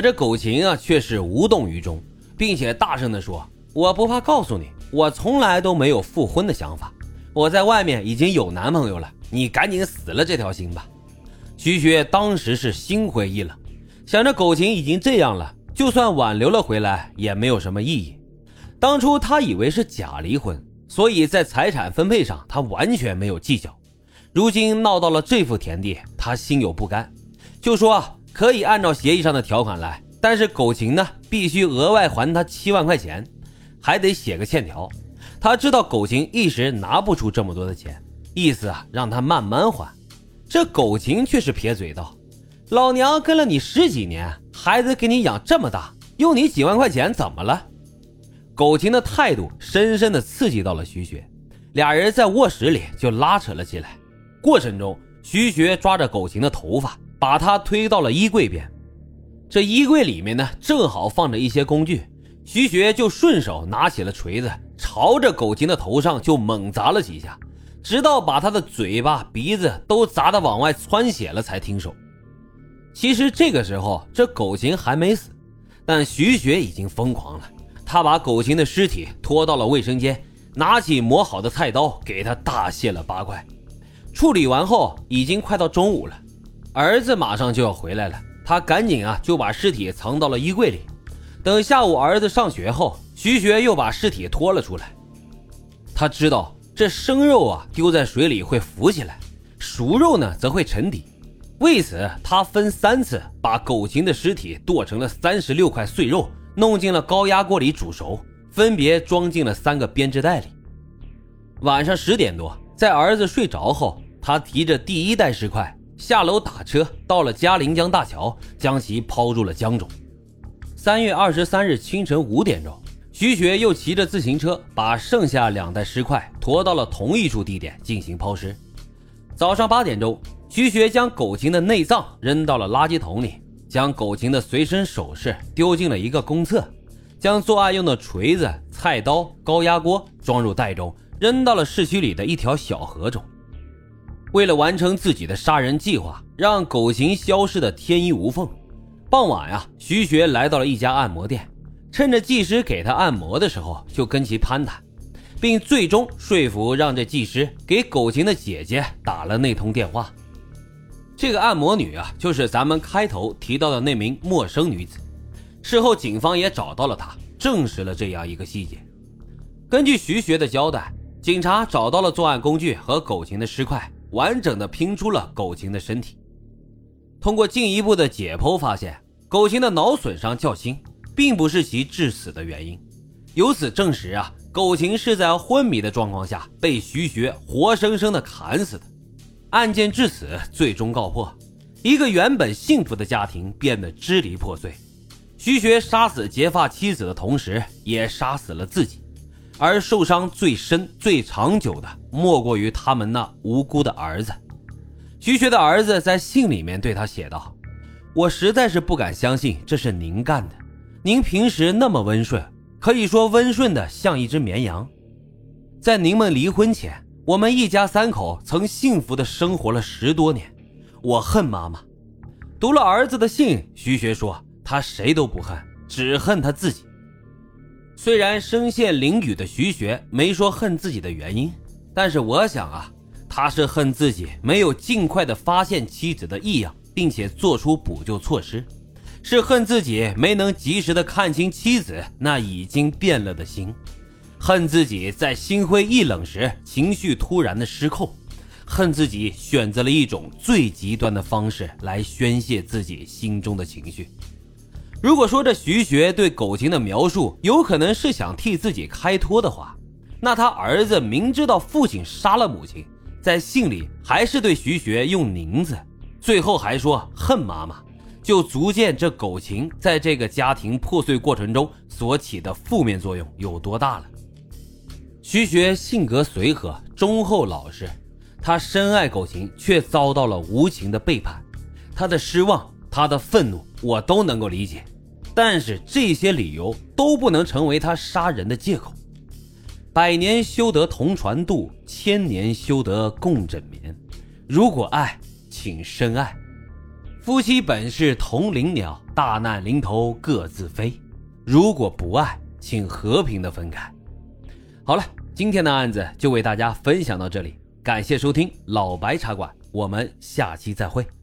这苟琴啊却是无动于衷，并且大声地说，我不怕告诉你，我从来都没有复婚的想法，我在外面已经有男朋友了，你赶紧死了这条心吧。徐学当时是心灰意冷，想着苟琴已经这样了，就算挽留了回来也没有什么意义。当初他以为是假离婚，所以在财产分配上他完全没有计较。如今闹到了这副田地，他心有不甘，就说可以按照协议上的条款来，但是苟琴呢必须额外还他7万块钱，还得写个欠条。他知道苟琴一时拿不出这么多的钱，意思让他慢慢还。这苟琴却是撇嘴道，老娘跟了你10几年，孩子给你养这么大，用你几万块钱怎么了？苟琴的态度深深地刺激到了徐学，俩人在卧室里就拉扯了起来。过程中，徐学抓着苟琴的头发，把她推到了衣柜边。这衣柜里面呢，正好放着一些工具，徐学就顺手拿起了锤子，朝着苟琴的头上就猛砸了几下，直到把她的嘴巴、鼻子都砸得往外窜血了才停手。其实这个时候，这苟琴还没死，但徐学已经疯狂了。他把苟琴的尸体拖到了卫生间，拿起磨好的菜刀给他大卸了8块。处理完后已经快到中午了，儿子马上就要回来了，他赶紧就把尸体藏到了衣柜里。等下午儿子上学后，徐学又把尸体拖了出来。他知道这生肉丢在水里会浮起来，熟肉呢则会沉底，为此他分3次把苟琴的尸体剁成了36块碎肉，弄进了高压锅里煮熟，分别装进了3个编织袋里。晚上10点多，在儿子睡着后，他提着第1袋尸块下楼打车到了嘉陵江大桥，将其抛入了江中。3月23日清晨5点钟，徐学又骑着自行车把剩下2袋尸块驮到了同一处地点进行抛尸。早上8点钟，徐学将苟琴的内脏扔到了垃圾桶里，将苟琴的随身首饰丢进了一个公厕，将作案用的锤子、菜刀、高压锅装入袋中，扔到了市区里的一条小河中。为了完成自己的杀人计划，让苟琴消失的天衣无缝，傍晚徐学来到了一家按摩店，趁着技师给他按摩的时候就跟其攀谈，并最终说服让这技师给苟琴的姐姐打了那通电话。这个按摩女就是咱们开头提到的那名陌生女子。事后警方也找到了她，证实了这样一个细节。根据徐学的交代，警察找到了作案工具和苟琴的尸块，完整的拼出了苟琴的身体。通过进一步的解剖发现，苟琴的脑损伤较轻，并不是其致死的原因。由此证实苟琴是在昏迷的状况下被徐学活生生的砍死的。案件至此最终告破，一个原本幸福的家庭变得支离破碎。徐学杀死结发妻子的同时，也杀死了自己，而受伤最深最长久的莫过于他们那无辜的儿子。徐学的儿子在信里面对他写道，我实在是不敢相信这是您干的，您平时那么温顺，可以说温顺的像一只绵羊。在您们离婚前，我们一家3口曾幸福的生活了10多年，我恨妈妈。读了儿子的信，徐学说他谁都不恨，只恨他自己。虽然身陷囹圄的徐学没说恨自己的原因，但是我想他是恨自己没有尽快的发现妻子的异样，并且做出补救措施，是恨自己没能及时的看清妻子那已经变了的心，恨自己在心灰意冷时情绪突然的失控，恨自己选择了一种最极端的方式来宣泄自己心中的情绪。如果说这徐学对苟琴的描述有可能是想替自己开脱的话，那他儿子明知道父亲杀了母亲，在信里还是对徐学用您字，最后还说恨妈妈，就足见这苟琴在这个家庭破碎过程中所起的负面作用有多大了。徐学性格随和，忠厚老实，他深爱苟琴，却遭到了无情的背叛，他的失望，他的愤怒我都能够理解，但是这些理由都不能成为他杀人的借口。百年修得同船渡，千年修得共枕眠。如果爱，请深爱。 夫妻本是同林鸟，大难临头各自飞。如果不爱，请和平的分开。好了，今天的案子就为大家分享到这里，感谢收听老白茶馆，我们下期再会。